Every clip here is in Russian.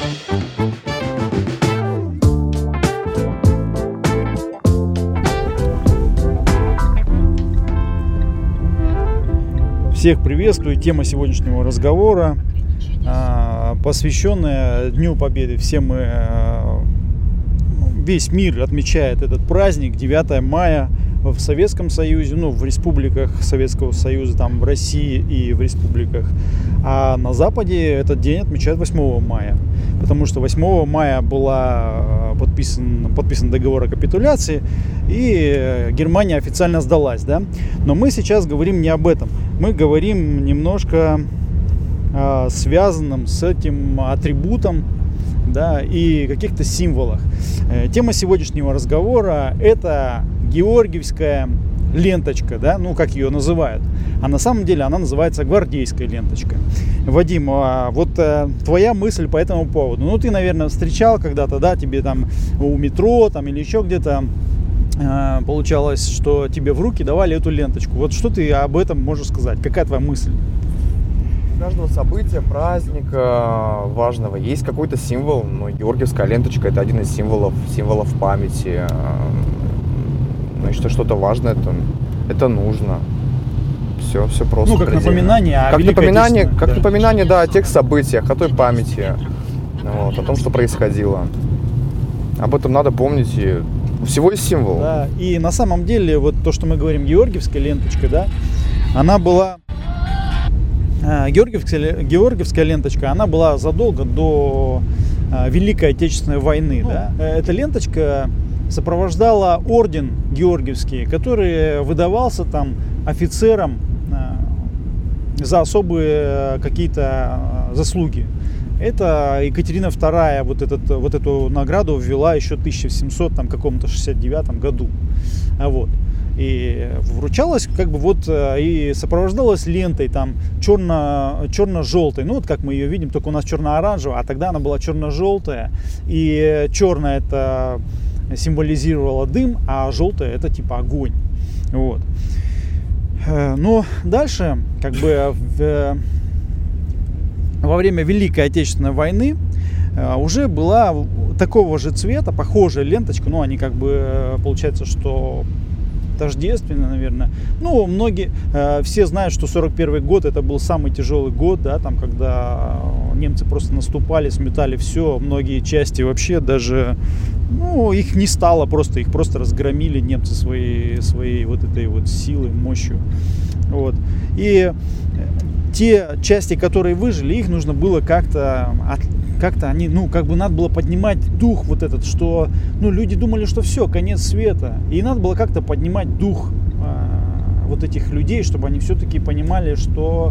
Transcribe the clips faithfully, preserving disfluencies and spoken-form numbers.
Всех приветствую. Тема сегодняшнего разговора, посвященная Дню Победы. Все мы, весь мир отмечает этот праздник девятое мая в Советском Союзе, ну, в республиках Советского Союза, там, в России и в республиках. А на Западе этот день отмечают восьмого мая, потому что восьмого мая была подписан, подписан договор о капитуляции, и Германия официально сдалась, да. Но мы сейчас говорим не об этом. Мы говорим немножко э, связанным с этим атрибутом, да, и каких-то символах. Э, тема сегодняшнего разговора — это георгиевская ленточка, да, ну, как ее называют. А на самом деле она называется гвардейская ленточка. Вадим, а вот а, твоя мысль по этому поводу. Ну, ты, наверное, встречал когда-то, да, тебе там у метро там или еще где-то а, получалось, что тебе в руки давали эту ленточку. Вот что ты об этом можешь сказать? Какая твоя мысль? У каждого события, праздника важного есть какой-то символ. Но георгиевская ленточка — это один из символов, символов памяти. Значит, что-то важное, это, это нужно. Все, все просто. Ну, как напоминание о как напоминание, как да. напоминание, да, о тех событиях, о той памяти, вот, о том, что происходило. Об этом надо помнить, и у всего есть символ. Да, и на самом деле, вот то, что мы говорим, георгиевская ленточка, да, она была... Георгиевская, Георгиевская ленточка, она была задолго до Великой Отечественной войны, ну, да. Эта ленточка сопровождала орден георгиевский, который выдавался там офицерам за особые какие-то заслуги. Это Екатерина вторая вот, этот, вот эту награду ввела еще в тысяча семьсот шестьдесят девятом году. Вот. И вручалась как бы вот и сопровождалась лентой там черно, черно-желтой. Ну вот как мы ее видим, только у нас черно-оранжевая, а тогда она была черно-желтая. И черная — это символизировала дым, а желтая — это типа огонь. Вот. Но дальше, как бы в, во время Великой Отечественной войны уже была такого же цвета, похожая ленточка. Ну, они как бы, получается, что тождественно, наверное. Ну, многие, э, все знают, что сорок первый год это был самый тяжелый год, да, там, когда немцы просто наступали, сметали все, многие части вообще даже, ну, их не стало просто, их просто разгромили немцы своей, своей вот этой вот силой, мощью, вот. И те части, которые выжили, их нужно было как-то от, как-то они, ну, как бы надо было поднимать дух вот этот, что, ну, люди думали, что все, конец света. И надо было как-то поднимать дух э, вот этих людей, чтобы они все-таки понимали, что,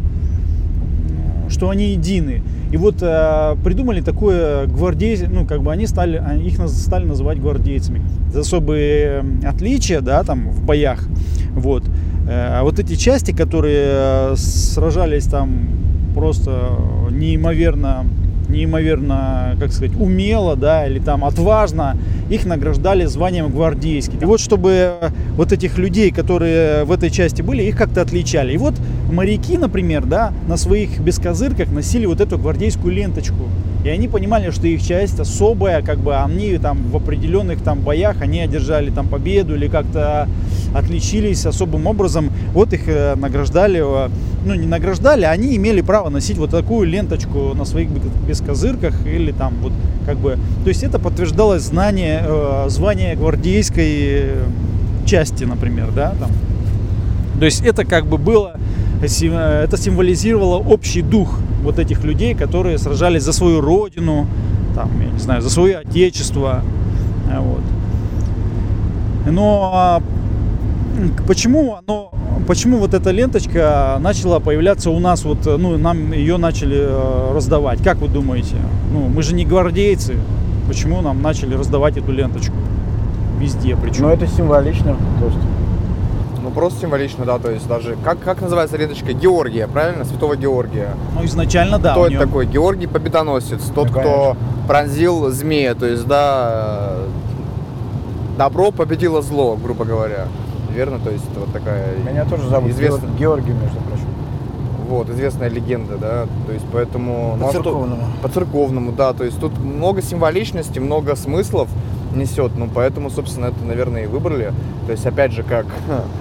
что они едины. И вот э, придумали такое гвардейцы, ну, как бы они стали, их стали называть гвардейцами. За особые отличия, да, там, в боях, вот. А вот эти части, которые сражались там просто неимоверно, неимоверно, как сказать, умело, да, или там отважно, их награждали званием гвардейский. И вот чтобы вот этих людей, которые в этой части были, их как-то отличали. И вот моряки, например, да, на своих бескозырках носили вот эту гвардейскую ленточку. И они понимали, что их часть особая, как бы они там в определенных там боях, они одержали там победу или как-то отличились особым образом. Вот их награждали, ну не награждали, они имели право носить вот такую ленточку на своих бескозырках или там вот как бы. То есть это подтверждалось знание, э, звание гвардейской части, например, да, там. То есть это как бы было, это символизировало общий дух вот этих людей, которые сражались за свою родину, там, я не знаю, за свое отечество, вот. Но почему оно, почему вот эта ленточка начала появляться у нас, вот, ну, нам ее начали раздавать? Как вы думаете? Ну, мы же не гвардейцы, почему нам начали раздавать эту ленточку везде? Причем? Ну, это символично, просто. Ну, просто символично, да, то есть даже, как, как называется ленточка? Георгия, правильно? Святого Георгия. Ну, изначально, да. Кто это нее... такой? Георгий Победоносец, тот, ну, кто пронзил змея, то есть, да, добро победило зло, грубо говоря. Верно? То есть, вот такая... Меня тоже зовут известная... Георгий, между прочим. вот, известная легенда, да, то есть поэтому... По церковному. По церковному, да, то есть тут много символичности, много смыслов несет, ну, поэтому, собственно, это, наверное, и выбрали. То есть, опять же, как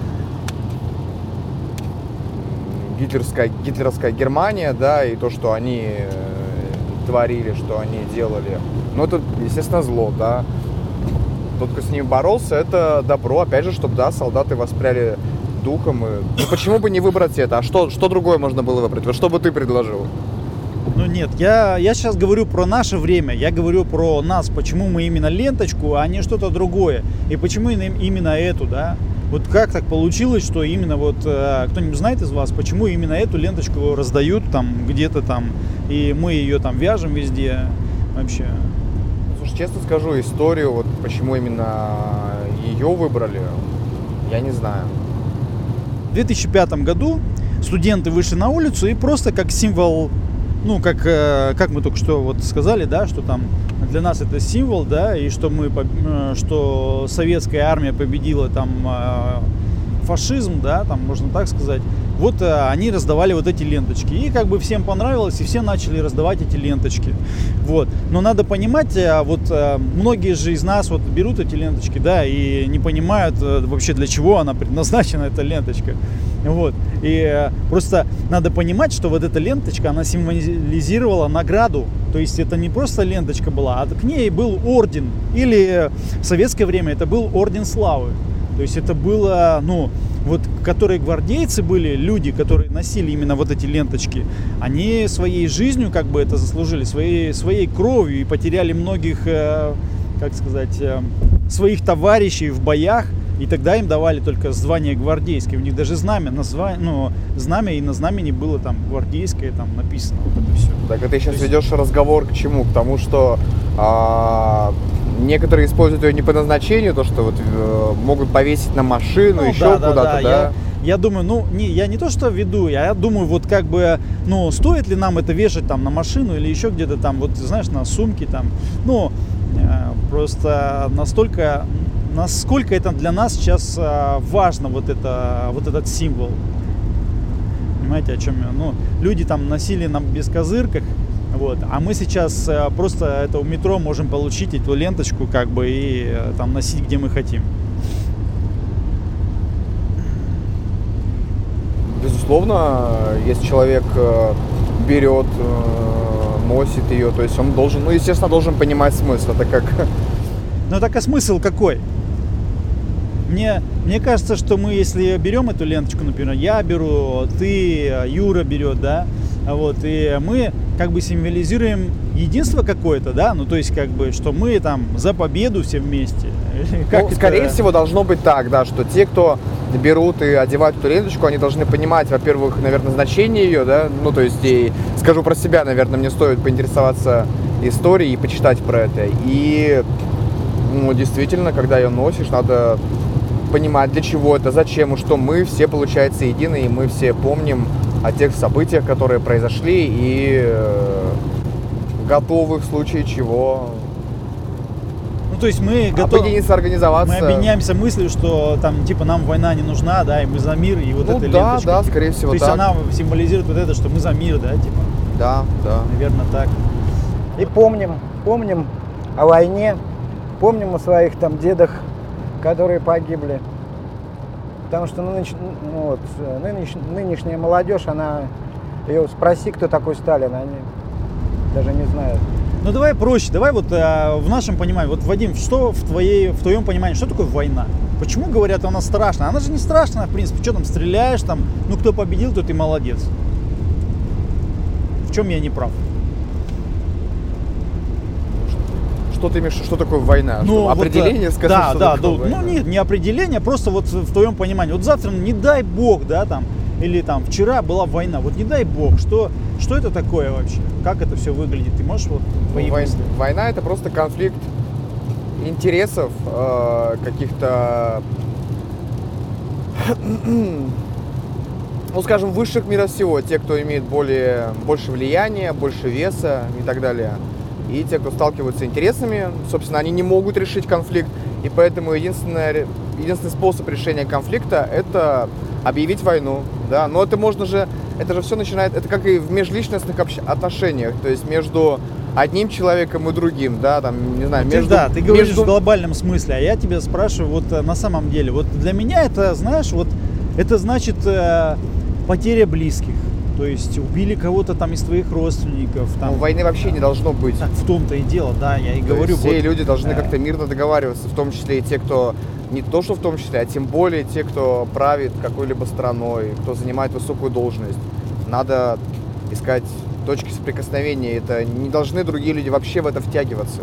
гитлеровская, гитлеровская Германия, да, и то, что они творили, что они делали, ну, это, естественно, зло, да. Тот, кто с ними боролся, это добро, опять же, чтобы, да, солдаты воспряли духом. И... Ну, почему бы не выбрать это? А что, что другое можно было выбрать? Вот что бы ты предложил? Ну нет, я, я сейчас говорю про наше время, я говорю про нас, почему мы именно ленточку, а не что-то другое. И почему именно эту, да? Вот как так получилось, что именно вот, кто-нибудь знает из вас, почему именно эту ленточку раздают там где-то там, и мы ее там вяжем везде вообще? Слушай, честно скажу, историю, вот почему именно ее выбрали, я не знаю. В две тысячи пятом году студенты вышли на улицу и просто как символ, ну, как, как мы только что вот сказали, да, что там для нас это символ, да, и что мы, что советская армия победила там фашизм, да, там можно так сказать. Вот они раздавали вот эти ленточки. И как бы всем понравилось, и все начали раздавать эти ленточки. Вот. Но надо понимать, вот многие же из нас вот берут эти ленточки, да, и не понимают вообще, для чего она предназначена, эта ленточка. Вот. И просто надо понимать, что вот эта ленточка, она символизировала награду. То есть это не просто ленточка была, а к ней был орден. Или в советское время это был орден славы. То есть это было, ну, вот, которые гвардейцы были, люди, которые носили именно вот эти ленточки, они своей жизнью как бы это заслужили, своей, своей кровью, и потеряли многих, э, как сказать, э, своих товарищей в боях, и тогда им давали только звание гвардейское. У них даже знамя, название, ну, знамя, и на знамени было там гвардейское, там написано вот это все. Так, а ты сейчас есть... ведешь разговор к чему? К тому, что а, некоторые используют ее не по назначению, то, что вот э, могут повесить на машину, ну, еще да, куда-то, да? да? Я, я думаю, ну, не, я не то, что веду, я думаю, вот как бы, ну, стоит ли нам это вешать там на машину или еще где-то там, вот, знаешь, на сумке там, ну, э, просто настолько... Насколько это для нас сейчас важно, вот, это, вот этот символ. Понимаете, о чем я? Ну, люди там носили на бескозырках, вот, а мы сейчас просто это у метро можем получить эту ленточку, как бы, и там носить, где мы хотим. Безусловно, если человек берет, носит ее, то есть он должен, ну, естественно, должен понимать смысл. Это как... Ну, так а смысл какой? Мне, мне кажется, что мы, если берем эту ленточку, например, я беру, ты, Юра берет, да, вот, и мы как бы символизируем единство какое-то, да, ну, то есть, как бы, что мы там за победу все вместе. Как ну, это... Скорее всего, должно быть так, да, что те, кто берут и одевают эту ленточку, они должны понимать, во-первых, наверное, значение ее, да, ну, то есть, и скажу про себя, наверное, мне стоит поинтересоваться историей и почитать про это. И, ну, действительно, когда ее носишь, надо понимать, для чего это, зачем, и что мы все, получается, едины, и мы все помним о тех событиях, которые произошли, и э, готовы в случае чего. Ну, то есть мы готовы объединиться, организоваться. Мы объединяемся мыслью, что там, типа, нам война не нужна, да, и мы за мир, и вот ну, эта да, ленточка. да, скорее всего, то так. есть она символизирует вот это, что мы за мир, да, типа. Да, да. Наверное, так. И помним, помним о войне, помним о своих там дедах, которые погибли. Потому что ну, ну, вот, нынеш, нынешняя молодежь, она, ее спроси, кто такой Сталин, они даже не знают. Ну давай проще, давай вот а, в нашем понимании, вот, Вадим, что в, твоей, в твоем понимании, что такое война? Почему говорят, она страшная? Она же не страшная, в принципе, что там стреляешь, там, ну кто победил, тот и молодец. В чем я не прав? Что ты имеешь, что такое война? Ну, что, вот, определение, скажи, да, что да, такое да, война? Ну нет, не определение, просто вот в твоем понимании. Вот завтра, не дай бог, да, там, или там вчера была война, вот не дай бог, что, что это такое вообще? Как это все выглядит? Ты можешь вот ну, вой... Война это просто конфликт интересов, э, каких-то, ну скажем, высших мира сего, те, кто имеет более, больше влияния, больше веса и так далее. И те, кто сталкиваются с интересами, собственно, они не могут решить конфликт. И поэтому единственный, единственный способ решения конфликта – это объявить войну. Да? Но это можно же, это же все начинает, это как и в межличностных общ- отношениях, то есть между одним человеком и другим, да, там, не знаю, Ты, между... да, ты говоришь между... в глобальном смысле, а я тебя спрашиваю вот э, на самом деле. Вот для меня это, знаешь, вот это значит э, потеря близких. То есть убили кого-то там из твоих родственников. Там, Ну, войны вообще не должно быть. Так в том-то и дело, да, я и То говорю. есть все вот, люди должны э, как-то мирно договариваться, в том числе и те, кто, не то что в том числе, а тем более те, кто правит какой-либо страной, кто занимает высокую должность. Надо искать точки соприкосновения, это не должны другие люди вообще в это втягиваться.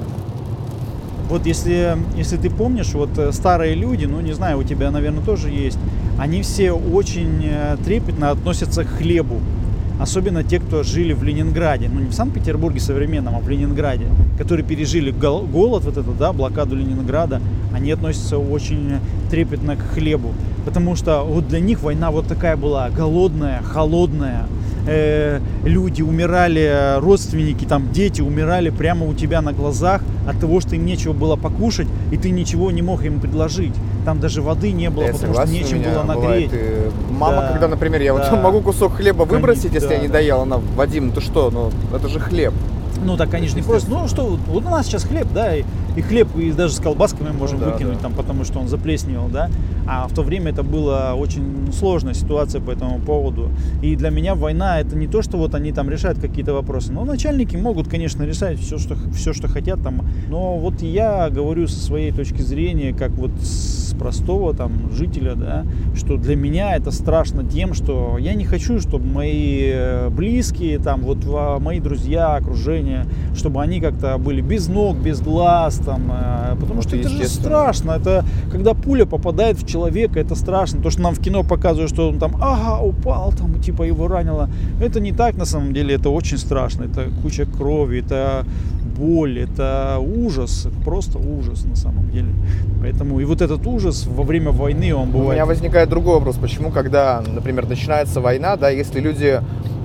Вот если, если ты помнишь, вот э, старые люди, ну не знаю, у тебя, наверное, тоже есть, они все очень э, трепетно относятся к хлебу. Особенно те, кто жили в Ленинграде, ну не в Санкт-Петербурге современном, а в Ленинграде, которые пережили гол- голод, вот это, да, блокаду Ленинграда, они относятся очень трепетно к хлебу. Потому что вот для них война вот такая была, голодная, холодная. Э, люди умирали, родственники, там дети умирали прямо у тебя на глазах от того, что им нечего было покушать, и ты ничего не мог им предложить. Там даже воды не было, Я потому согласен, что у нечем меня было нагреть. бывает, и мама, Да, когда, например, я да. вот могу кусок хлеба выбросить, если Да, я не да. доел, она: Вадим, ты что, ну это же хлеб. Ну так, конечно, не просто. Ну что, вот, вот у нас сейчас хлеб, да, и, и хлеб, и даже с колбасками можем Ну да, выкинуть, да. там, потому что он заплесневел, да. А в то время это была очень сложная ситуация по этому поводу. И для меня война это не то, что вот они там решают какие-то вопросы. Но начальники могут, конечно, решать все, что, все, что хотят там. Но вот я говорю со своей точки зрения, как вот с простого там жителя, да, что для меня это страшно тем, что я не хочу, чтобы мои близкие, там, вот мои друзья, окружение, чтобы они как-то были без ног, без глаз, там, э, потому Ну, что это это же естественно. страшно. Это когда пуля попадает в человека, это страшно. То, что нам в кино показывают, что он там, ага, упал, там, типа его ранило. Это не так на самом деле, это очень страшно. Это куча крови, это боль, это ужас, это просто ужас на самом деле. Поэтому и вот этот ужас во время войны, он У бывает. меня возникает другой вопрос, почему, когда, например, начинается война, да, если люди,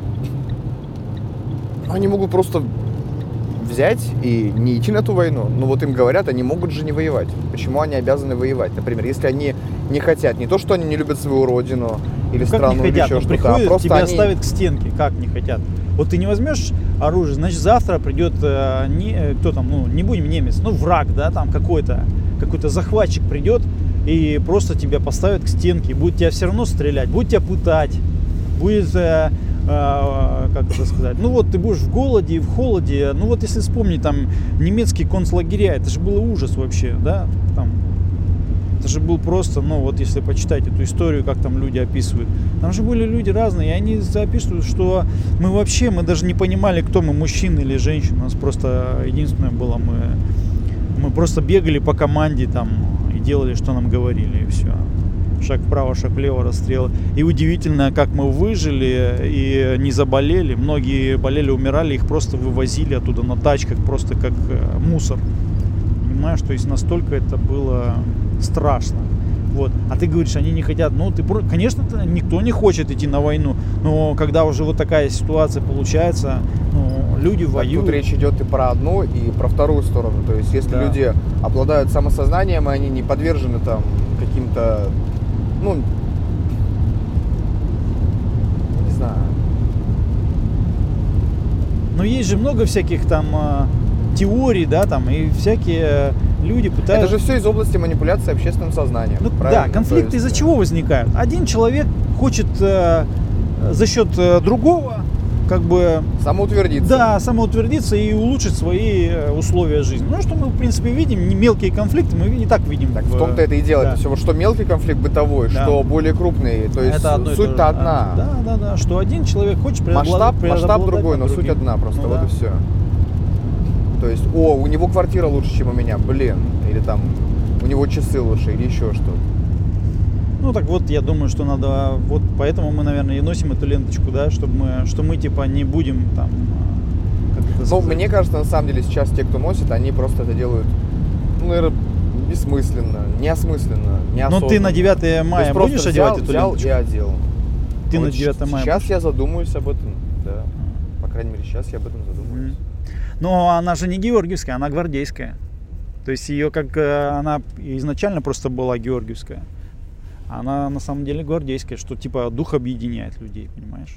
они могут просто взять и не идти на эту войну, но вот им говорят, они могут же не воевать. Почему они обязаны воевать? Например, если они не хотят, не то, что они не любят свою родину или Ну, как страну, не или хотят, еще но что-то, приходят, а просто тебя они... ставят к стенке, как не хотят. Вот ты не возьмешь оружие, значит завтра придет э, не, э, кто там, ну не будем немец, ну враг, да, там какой-то, какой-то захватчик придет и просто тебя поставят к стенке, будет тебя все равно стрелять, будет тебя пытать, будет, э, э, как это сказать, ну вот ты будешь в голоде и в холоде, ну вот если вспомнить там немецкие концлагеря, это же было ужас вообще, да, там. Это же был просто, ну вот если почитать эту историю, как там люди описывают. Там же были люди разные, и они описывают, что мы вообще, мы даже не понимали, кто мы, мужчина или женщина. У нас просто единственное было, мы, мы просто бегали по команде там и делали, что нам говорили, и все. Шаг вправо, шаг влево, расстрелы. И удивительно, как мы выжили и не заболели. Многие болели, умирали, их просто вывозили оттуда на тачках, просто как мусор. Понимаешь, то есть настолько это было страшно. Вот. А ты говоришь, они не хотят. Ну, ты, конечно, никто не хочет идти на войну. Но когда уже вот такая ситуация получается, ну, люди Так, воюют. тут речь идет и про одну, и про вторую сторону. То есть, если Да. люди обладают самосознанием, и они не подвержены там каким-то, ну, не знаю. Но есть же много всяких там э, теорий, да, там, и всякие люди пытаются... Это же все из области манипуляции общественным сознанием. Ну, правильно? да, конфликты То есть, из-за чего возникают? Один человек хочет э, за счет э, другого, как бы, Самоутвердиться. да, самоутвердиться и улучшить свои э, условия жизни. Ну, что мы, в принципе, видим, не мелкие конфликты, мы и так видим. Так в том-то это и дело. Да. То есть, вот что мелкий конфликт бытовой, Да. что более крупный. То есть Это одно и то суть-то же. одна. А, Да, да, да, что один человек хочет преобладать- Масштаб, масштаб преобладать другой, над но суть другим. одна просто. Ну вот да. и все. То есть, о, у него квартира лучше, чем у меня, блин. Или там у него часы лучше, или еще что. Ну так вот, я думаю, что надо, вот поэтому мы, наверное, и носим эту ленточку, да, чтобы мы, что мы типа не будем там, а, как это Ну, сказать? мне кажется, на самом деле сейчас те, кто носит, они просто это делают, ну, наверное, бессмысленно, неосмысленно, Но неосознанно. ты на девятое То мая есть просто будешь взял, одевать эту взял ленточку? и одел. Ты Вот на девятое мая Сейчас будешь? я задумаюсь об этом, да. По крайней мере, сейчас я об этом задумаюсь. Мгм. Но она же не георгиевская, она гвардейская. То есть ее как э, она изначально просто была георгиевская. Она на самом деле гвардейская, что типа дух объединяет людей, понимаешь?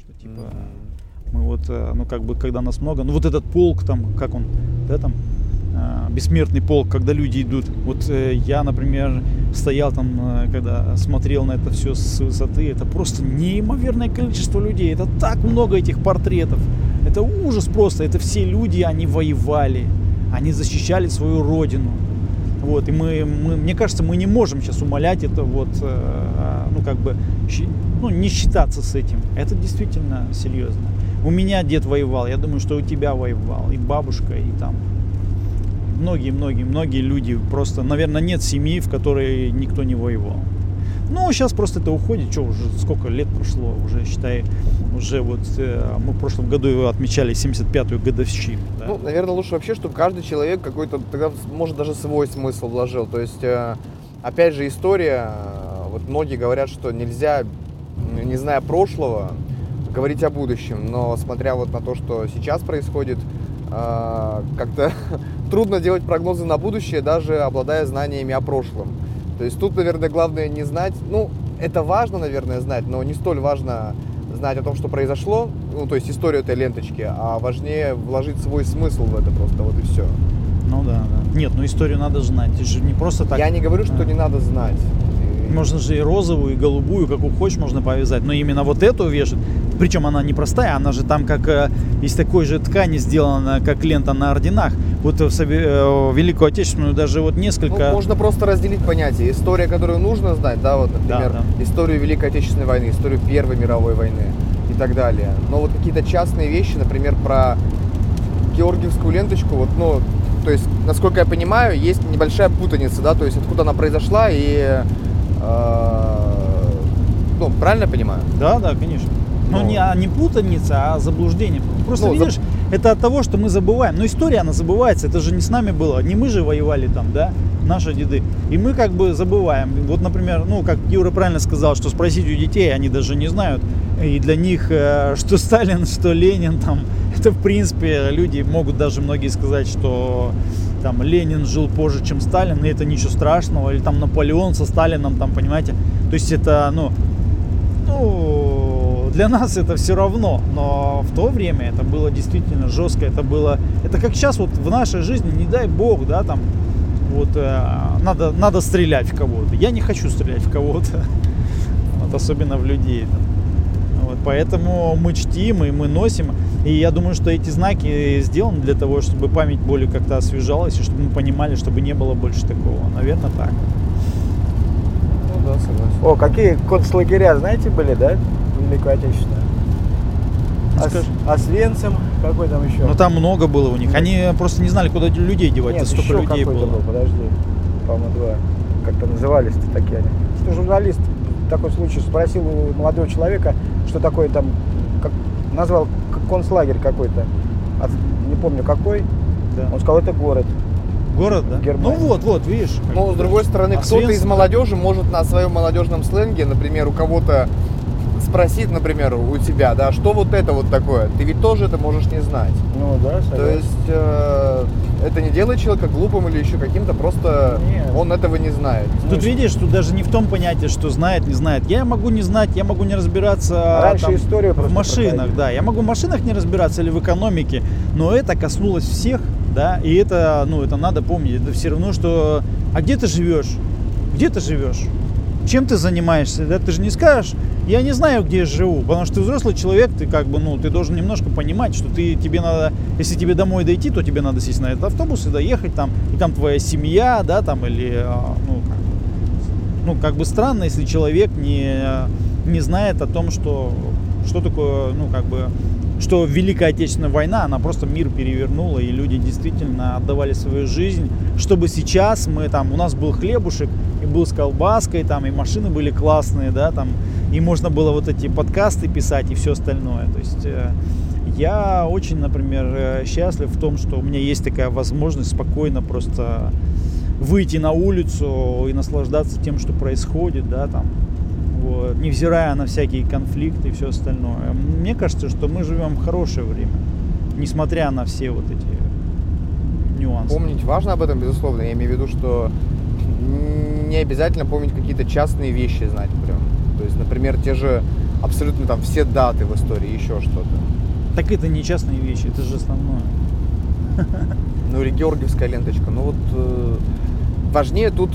что типа Mm-hmm. мы вот, э, ну как бы, когда нас много, ну вот этот полк там, как он, да, там, э, бессмертный полк, когда люди идут. Вот э, я, например, стоял там, э, когда смотрел на это все с высоты, это просто неимоверное количество людей, это так много этих портретов, это ужас просто, это все люди, они воевали, они защищали свою родину. Вот, и мы, мы, мне кажется, мы не можем сейчас умалять это, вот, э, ну, как бы, щи, ну, не считаться с этим. Это действительно серьезно. У меня дед воевал, я думаю, что у тебя воевал, и бабушка, и там многие-многие-многие люди. Просто, наверное, нет семьи, в которой никто не воевал. Ну, сейчас просто это уходит, что уже, сколько лет прошло, уже, считай, уже вот э, мы в прошлом году отмечали семьдесят пятую годовщину. Да? Ну, наверное, лучше вообще, чтобы каждый человек какой-то, тогда, может, даже свой смысл вложил. То есть, э, опять же, история, э, вот многие говорят, что нельзя, не зная прошлого, говорить о будущем. Но смотря вот на то, что сейчас происходит, э, как-то трудно делать прогнозы на будущее, даже обладая знаниями о прошлом. То есть тут, наверное, главное не знать, ну, это важно, наверное, знать, но не столь важно знать о том, что произошло, ну, то есть историю этой ленточки, а важнее вложить свой смысл в это просто, вот и все. Ну да, да. Нет, ну историю надо знать, это же не просто так. Я не говорю, что да. не надо знать. Можно же и розовую, и голубую, какую хочешь, можно повязать, но именно вот эту вешать, причем она не простая, она же там как э, из такой же ткани сделана, как лента на орденах. Вот в, э, в Великую Отечественную даже вот несколько... Ну, можно просто разделить понятия. История, которую нужно знать, да, вот, например, да, да. историю Великой Отечественной войны, историю Первой мировой войны и так далее. Но вот какие-то частные вещи, например, про георгиевскую ленточку, вот, ну, то есть, насколько я понимаю, есть небольшая путаница, да, то есть откуда она произошла и... Ну, правильно понимаю? Да, да, конечно. Но Ну, не, а не путаница, а заблуждение. Просто Ну, видишь, заб- это от того, что мы забываем. Но история, она забывается. Это же не с нами было. Не мы же воевали там, да, наши деды. И мы как бы забываем. Вот, например, ну, как Юра правильно сказал, что спросить у детей, они даже не знают. И для них, э, что Сталин, что Ленин, там, это в принципе, люди могут даже многие сказать, что там Ленин жил позже, чем Сталин, и это ничего страшного. Или там Наполеон со Сталином, там, понимаете. То есть это, ну, ну, для нас это все равно, но в то время это было действительно жестко, это было, это как сейчас вот в нашей жизни, не дай бог, да, там, вот, э, надо, надо стрелять в кого-то, я не хочу стрелять в кого-то, вот, особенно в людей, вот, поэтому мы чтим и мы носим, и я думаю, что эти знаки сделаны для того, чтобы память более как-то освежалась, и чтобы мы понимали, чтобы не было больше такого, наверное, так. Ну да, согласен. О, какие концлагеря, знаете, были, да? Великую Отечественную. Ос, Скажи. Освенцим, какой там еще? Ну там много было у них. Они просто не знали, куда людей девать. Нет, Это столько еще людей какой-то было. был, подожди. По-моему, два. Как-то назывались-то такие они. Что журналист в такой случай спросил у молодого человека, что такое там, как, назвал концлагерь какой-то. От, не помню какой. Да. Он сказал, это город. Город, да? Германия. Ну вот, вот, видишь. как Но, бы, с другой да. стороны, А кто-то из Освенцим, молодежи может на своем молодежном сленге, например, у кого-то спросить, например, у тебя, да, что вот это вот такое? Ты ведь тоже это можешь не знать. Ну да, согласен. То есть э, это не делает человека глупым или еще каким-то, просто Нет. он этого не знает. Тут видишь, тут даже не в том понятии, что знает, не знает. Я могу не знать, я могу не разбираться Раньше там, историю в просто машинах, проходили. да. Я могу в машинах не разбираться или в экономике, но это коснулось всех, да. И это, ну, это надо помнить. Это все равно, что. А где ты живешь? Где ты живешь? Чем ты занимаешься? Да? Ты же не скажешь, я не знаю, где я живу, потому что ты взрослый человек, ты как бы, ну, ты должен немножко понимать, что ты, тебе надо, если тебе домой дойти, то тебе надо сесть на этот автобус и доехать там, и там твоя семья, да, там, или, ну, как, ну, как бы странно, если человек не, не знает о том, что, что такое, ну, как бы, что Великая Отечественная война, она просто мир перевернула, и люди действительно отдавали свою жизнь, чтобы сейчас мы там, у нас был хлебушек, и был с колбаской, там, и машины были классные, да, там, и можно было вот эти подкасты писать и все остальное. То есть э, я очень, например, э, счастлив в том, что у меня есть такая возможность спокойно просто выйти на улицу и наслаждаться тем, что происходит, да, там, вот, невзирая на всякие конфликты и все остальное. Мне кажется, что мы живем в хорошее время, несмотря на все вот эти нюансы. Помнить важно об этом, безусловно. Я имею в виду, что не обязательно помнить какие-то частные вещи знать прям. То есть, например, те же абсолютно там все даты в истории, еще что-то. Так это не частные вещи, это же основное. Ну или георгиевская ленточка. Ну вот э, важнее тут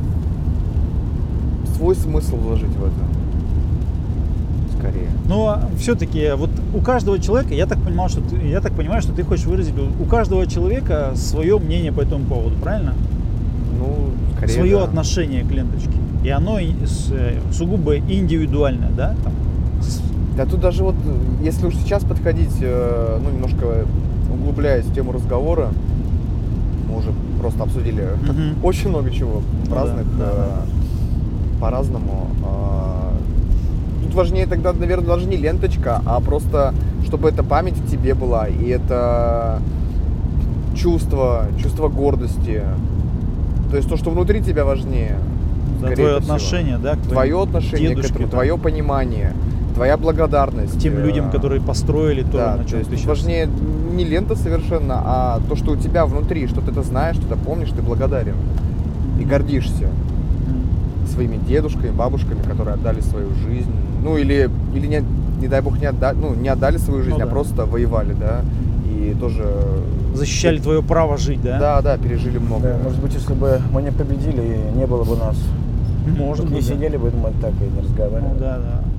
свой смысл вложить в это. Скорее. Но все-таки вот у каждого человека, я так понимал, что ты, я так понимаю, что ты хочешь выразить, у каждого человека свое мнение по этому поводу, правильно? Ну, скорее, свое да. отношение к ленточке. И оно и с- сугубо индивидуальное, да? Там, с- Да тут даже вот, если уж сейчас подходить, э, ну, немножко углубляясь в тему разговора, мы уже просто обсудили Мгм. очень много чего Ну разных, да, да, э, по-разному. А, Тут важнее тогда, наверное, даже не ленточка, а просто, чтобы эта память в тебе была, и это чувство, чувство гордости. То есть то, что внутри тебя важнее. да, скорее твое всего. отношение, да, к твоим Твое отношение дедушке, к этому, да, твое понимание, твоя благодарность. к тем э, людям, которые построили то, Да, на то чем есть ты тут сейчас. важнее не лента совершенно, а то, что у тебя внутри, что ты это знаешь, что ты помнишь, ты благодарен и гордишься М. своими дедушками, бабушками, которые отдали свою жизнь, ну или, или не, не дай бог не отдали, ну, не отдали свою жизнь, Ну а да. просто воевали, да, и тоже, Защищали твое право жить, да? да, да, пережили много. Да, может быть, если бы мы не победили, и не было бы нас. Может Вот не быть, да. сидели бы, мы так и не разговаривали. Ну да, да.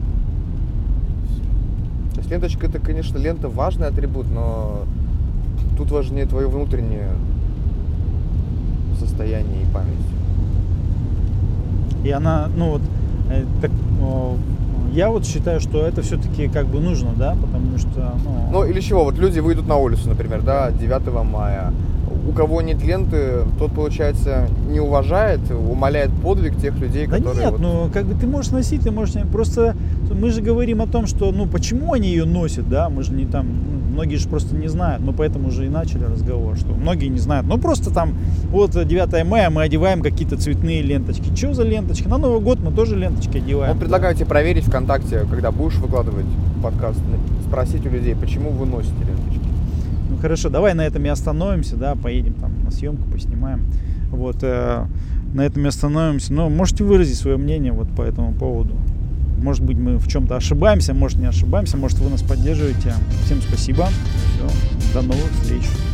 То есть ленточка — это, конечно, лента важный атрибут, но тут важнее твое внутреннее состояние и память. И она, ну вот, э, так, о, я вот считаю, что это все-таки как бы нужно, да, потому что, ну, Ну или чего, вот люди выйдут на улицу, например, да, девятого мая. У кого нет ленты, тот, получается, не уважает, умаляет подвиг тех людей, да которые... нет, вот- ну как бы ты можешь носить, ты можешь не- просто мы же говорим о том, что ну почему они ее носят, да, мы же не там, ну, многие же просто не знают, мы поэтому уже и начали разговор, что многие не знают, ну просто там вот девятого мая мы одеваем какие-то цветные ленточки, что за ленточки, на Новый год мы тоже ленточки одеваем. Он предлагает тебе проверить ВКонтакте, когда будешь выкладывать подкаст, на- спросить у людей, почему вы носите ленточки. Ну хорошо, давай на этом и остановимся, да, поедем там на съемку, поснимаем. Вот, э, на этом и остановимся. Но можете выразить свое мнение вот по этому поводу. Может быть, мы в чем-то ошибаемся, может не ошибаемся, может вы нас поддерживаете. Всем спасибо. Все, до новых встреч.